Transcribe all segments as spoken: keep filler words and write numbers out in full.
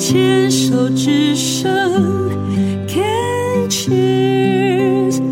牵手之声 Can Cheers。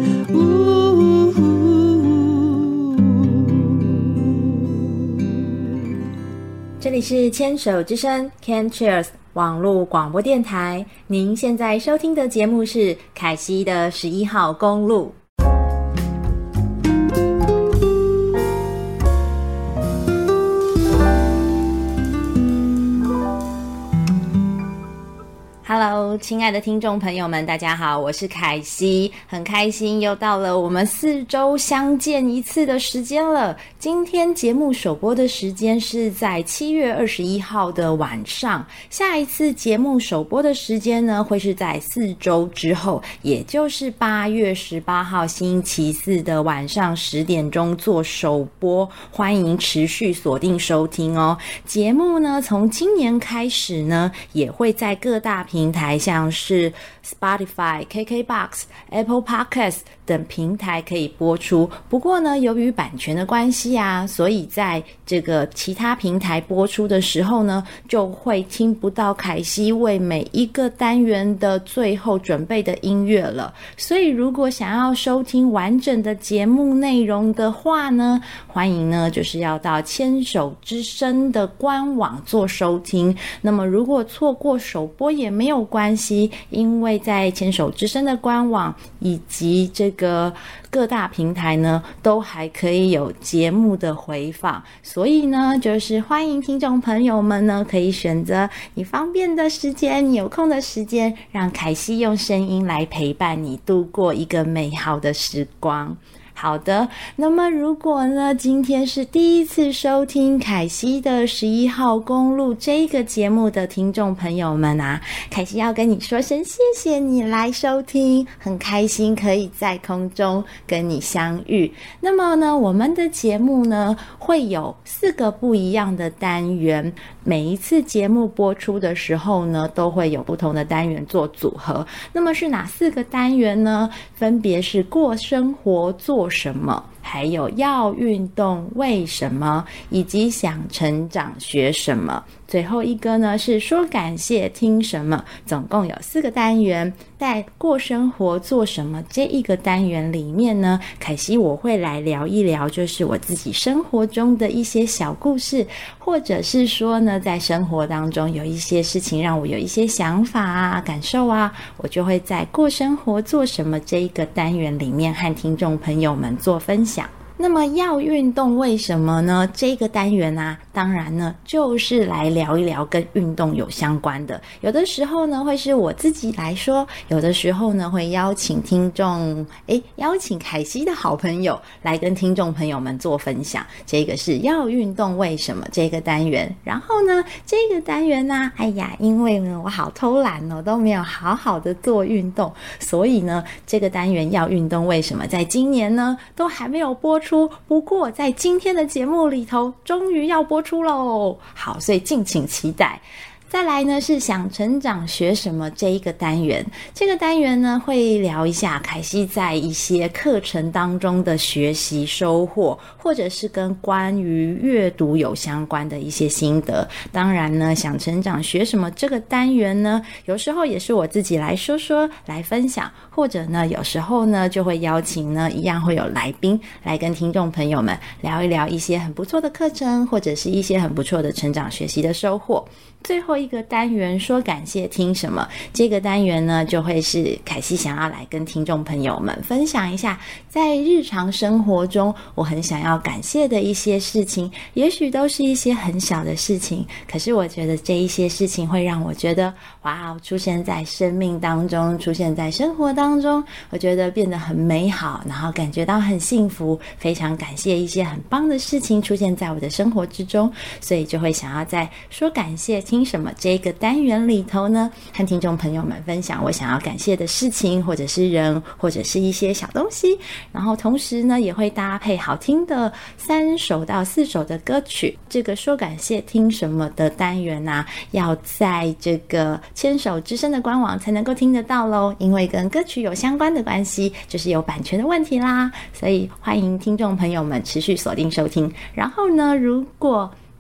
这里是牵手之声 Can Cheers 网络广播电台，您现在收听的节目是凯西的十一号公路。Hello， 亲爱的听众朋友们，大家好，我是凯西，很开心又到了我们四周相见一次的时间了。今天节目首播的时间是在七月二十一号的晚上，下一次节目首播的时间呢，会是在四周之后，也就是八月十八号星期四的晚上十点钟做首播，欢迎持续锁定收听哦。节目呢，从今年开始呢，也会在各大平平台像是 Spotify、K K B O X、Apple Podcast 等平台可以播出。不过呢，由于版权的关系啊，所以在这个其他平台播出的时候呢，就会听不到凯西为每一个单元的最后准备的音乐了。所以如果想要收听完整的节目内容的话呢，欢迎呢就是要到牵手之声的官网做收听。那么如果错过首播也没有关系，因为在牵手之声的官网以及这个各大平台呢，都还可以有节目的回放，所以呢，就是欢迎听众朋友们呢，可以选择你方便的时间，你有空的时间，让凯西用声音来陪伴你度过一个美好的时光。好的，那么如果呢，今天是第一次收听凯西的十一号公路这个节目的听众朋友们啊，凯西要跟你说声谢谢你来收听，很开心可以在空中跟你相遇。那么呢，我们的节目呢，会有四个不一样的单元，每一次节目播出的时候呢，都会有不同的单元做组合。那么是哪四个单元呢？分别是过生活做什么，还有要运动为什么，以及想成长学什么。最后一个呢是说感谢听什么，总共有四个单元。在过生活做什么这一个单元里面呢，凯西我会来聊一聊就是我自己生活中的一些小故事，或者是说呢在生活当中有一些事情让我有一些想法啊感受啊，我就会在过生活做什么这一个单元里面和听众朋友们做分享。那么要运动为什么呢？这个单元啊，当然呢就是来聊一聊跟运动有相关的。有的时候呢会是我自己来说，有的时候呢会邀请听众，诶，邀请凯西的好朋友来跟听众朋友们做分享。这个是要运动为什么这个单元。然后呢，这个单元呢，哎呀，因为呢我好偷懒哦，都没有好好的做运动，所以呢这个单元要运动为什么在今年呢都还没有播出。不过在今天的节目里头终于要播出咯，好，所以敬请期待。再来呢是想成长学什么这一个单元，这个单元呢会聊一下凯西在一些课程当中的学习收获，或者是跟关于阅读有相关的一些心得。当然呢，想成长学什么这个单元呢，有时候也是我自己来说说来分享，或者呢有时候呢就会邀请呢一样会有来宾来跟听众朋友们聊一聊一些很不错的课程，或者是一些很不错的成长学习的收获。最后一个单元说感谢听什么，这个单元呢就会是凯西想要来跟听众朋友们分享一下在日常生活中我很想要感谢的一些事情，也许都是一些很小的事情，可是我觉得这一些事情会让我觉得哇，出现在生命当中，出现在生活当中，我觉得变得很美好，然后感觉到很幸福，非常感谢一些很棒的事情出现在我的生活之中，所以就会想要在说感谢听什么这个单元里头呢，和听众朋友们分享我想要感谢的事情，或者是人，或者是一些小东西，然后同时呢也会搭配好听的三首到四首的歌曲。这个说感谢听什么的单元啊，要在这个牵手之声的官网才能够听得到咯，因为跟歌曲有相关的关系，就是有版权的问题啦，所以欢迎听众朋友们持续锁定收听。然后呢，如果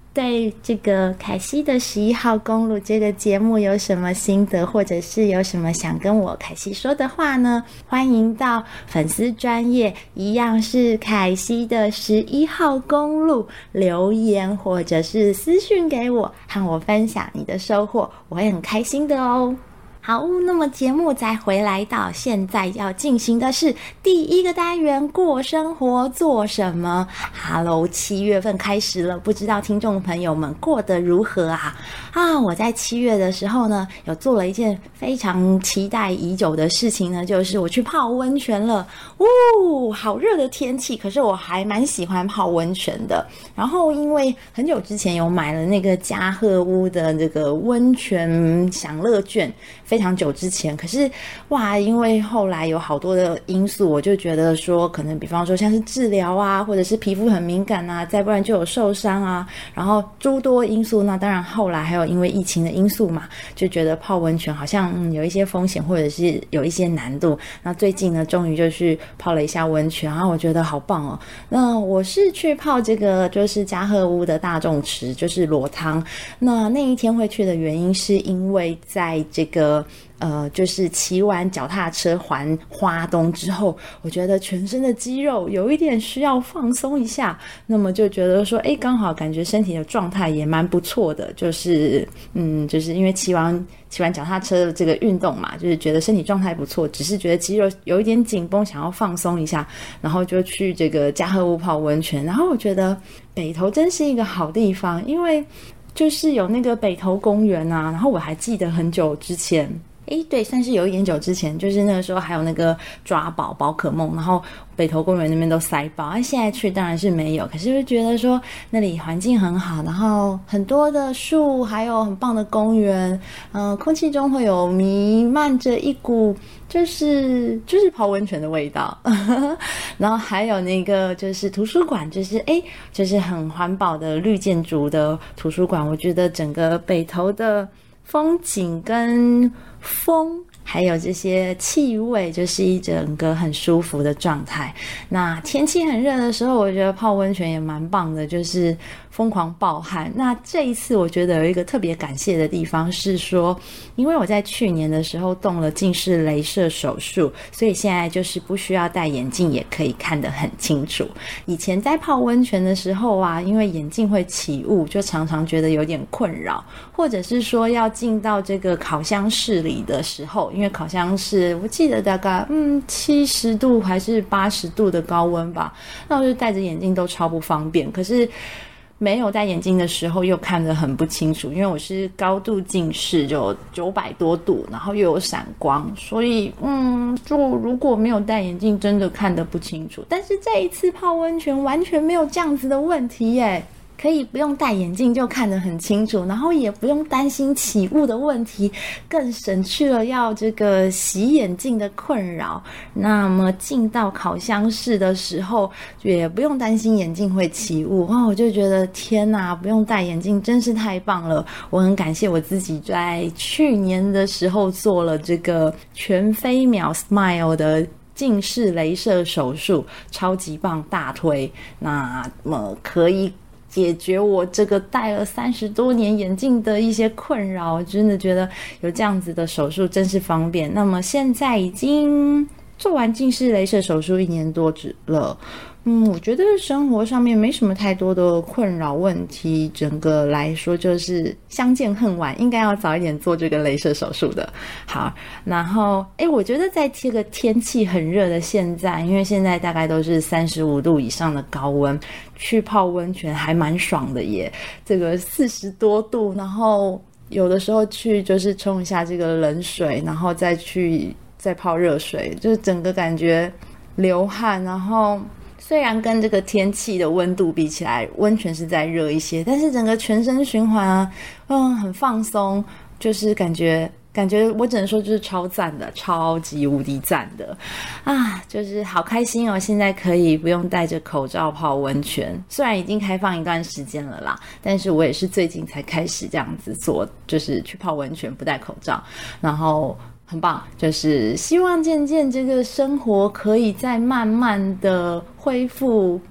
对这个凯西的十一号公路这个节目有什么心得，或者是有什么想跟我凯西说的话呢？欢迎到粉丝专页一样是凯西的十一号公路留言，或者是私讯给我，和我分享你的收获，我会很开心的哦。好，那么节目再回来到现在要进行的是第一个单元，过生活做什么。 Hello， 七月份开始了，不知道听众朋友们过得如何啊？啊，我在七月的时候呢，有做了一件非常期待已久的事情呢，就是我去泡温泉了。呜，好热的天气，可是我还蛮喜欢泡温泉的。然后因为很久之前有买了那个嘉禾屋的这个温泉享乐券，非常久之前，可是哇，因为后来有好多的因素，我就觉得说，可能比方说像是治疗啊，或者是皮肤很敏感啊，再不然就有受伤啊，然后诸多因素。那当然后来还有因为疫情的因素嘛，就觉得泡温泉好像、嗯、有一些风险，或者是有一些难度。那最近呢，终于就去泡了一下温泉，然后我觉得好棒哦。那我是去泡这个就是嘉禾屋的大众池，就是裸汤。那那一天会去的原因是因为在这个呃，就是骑完脚踏车环花东之后，我觉得全身的肌肉有一点需要放松一下，那么就觉得说，诶，刚好感觉身体的状态也蛮不错的，就是嗯，就是因为骑完骑完脚踏车的这个运动嘛，就是觉得身体状态不错，只是觉得肌肉有一点紧绷，想要放松一下，然后就去这个嘉禾屋泡温泉。然后我觉得北投真是一个好地方，因为就是有那个北投公园啊，然后我还记得很久之前，诶，对，算是有一点久之前，就是那个时候还有那个抓宝宝可梦，然后北投公园那边都塞爆，啊，现在去当然是没有，可是就觉得说那里环境很好，然后很多的树，还有很棒的公园，嗯、呃，空气中会有弥漫着一股就是就是泡温泉的味道，然后还有那个就是图书馆，就是诶，就是很环保的绿建筑的图书馆，我觉得整个北投的风景跟风还有这些气味，就是一整个很舒服的状态。那天气很热的时候，我觉得泡温泉也蛮棒的，就是疯狂暴汗。那这一次我觉得有一个特别感谢的地方是说，因为我在去年的时候动了近视雷射手术，所以现在就是不需要戴眼镜也可以看得很清楚。以前在泡温泉的时候啊，因为眼镜会起雾，就常常觉得有点困扰，或者是说要进到这个烤箱室里的时候，因为烤箱室我记得大概嗯七十度还是八十度的高温吧，那我就戴着眼镜都超不方便。可是没有戴眼镜的时候又看得很不清楚，因为我是高度近视，就九百多度，然后又有闪光，所以嗯，就如果没有戴眼镜真的看得不清楚。但是这一次泡温泉完全没有这样子的问题耶，可以不用戴眼镜就看得很清楚，然后也不用担心起雾的问题，更省去了要这个洗眼镜的困扰。那么进到烤箱室的时候也不用担心眼镜会起雾，哇，我就觉得天哪，不用戴眼镜真是太棒了。我很感谢我自己在去年的时候做了这个全飞秒 Smile 的近视雷射手术，超级棒，大推。那么可以解决我这个戴了三十多年眼镜的一些困扰，我真的觉得有这样子的手术真是方便。那么现在已经做完近视雷射手术一年多了，嗯，我觉得生活上面没什么太多的困扰问题，整个来说就是相见恨晚，应该要早一点做这个雷射手术的。好，然后诶，我觉得在这个天气很热的现在，因为现在大概都是三十五度以上的高温，去泡温泉还蛮爽的耶。这个四十多度，然后有的时候去就是冲一下这个冷水，然后再去再泡热水，就是整个感觉流汗，然后虽然跟这个天气的温度比起来，温泉是再热一些，但是整个全身循环啊，嗯，很放松，就是感觉感觉我只能说就是超赞的，超级无敌赞的啊！就是好开心哦，现在可以不用戴着口罩泡温泉，虽然已经开放一段时间了啦，但是我也是最近才开始这样子做，就是去泡温泉不戴口罩，然后很棒，就是希望渐渐这个生活可以再慢慢的恢复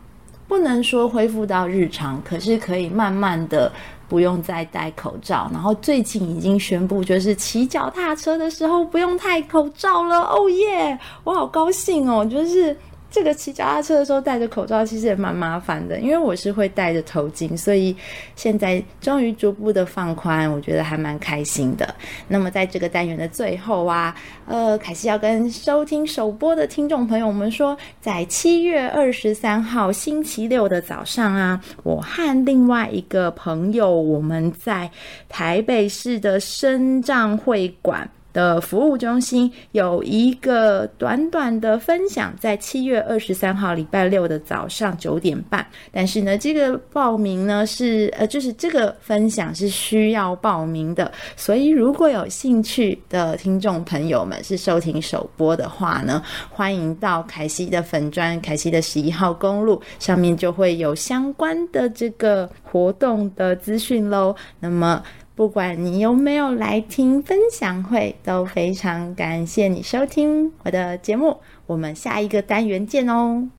不能说恢复到日常，可是可以慢慢的不用再戴口罩，然后最近已经宣布就是骑脚踏车的时候不用戴口罩了。哦耶，我好高兴哦，就是这个骑脚踏车的时候戴着口罩其实也蛮麻烦的，因为我是会戴着头巾，所以现在终于逐步的放宽，我觉得还蛮开心的。那么在这个单元的最后啊，呃，凯西要跟收听首播的听众朋友们说，在七月二十三号星期六的早上啊，我和另外一个朋友，我们在台北市的深藏会馆的服务中心有一个短短的分享，在七月二十三号礼拜六的早上九点半。但是呢，这个报名呢是呃，就是这个分享是需要报名的，所以如果有兴趣的听众朋友们是收听首播的话呢，欢迎到凯西的粉专，凯西的十一号公路上面就会有相关的这个活动的资讯咯。那么不管你有没有来听分享会，都非常感谢你收听我的节目，我们下一个单元见哦。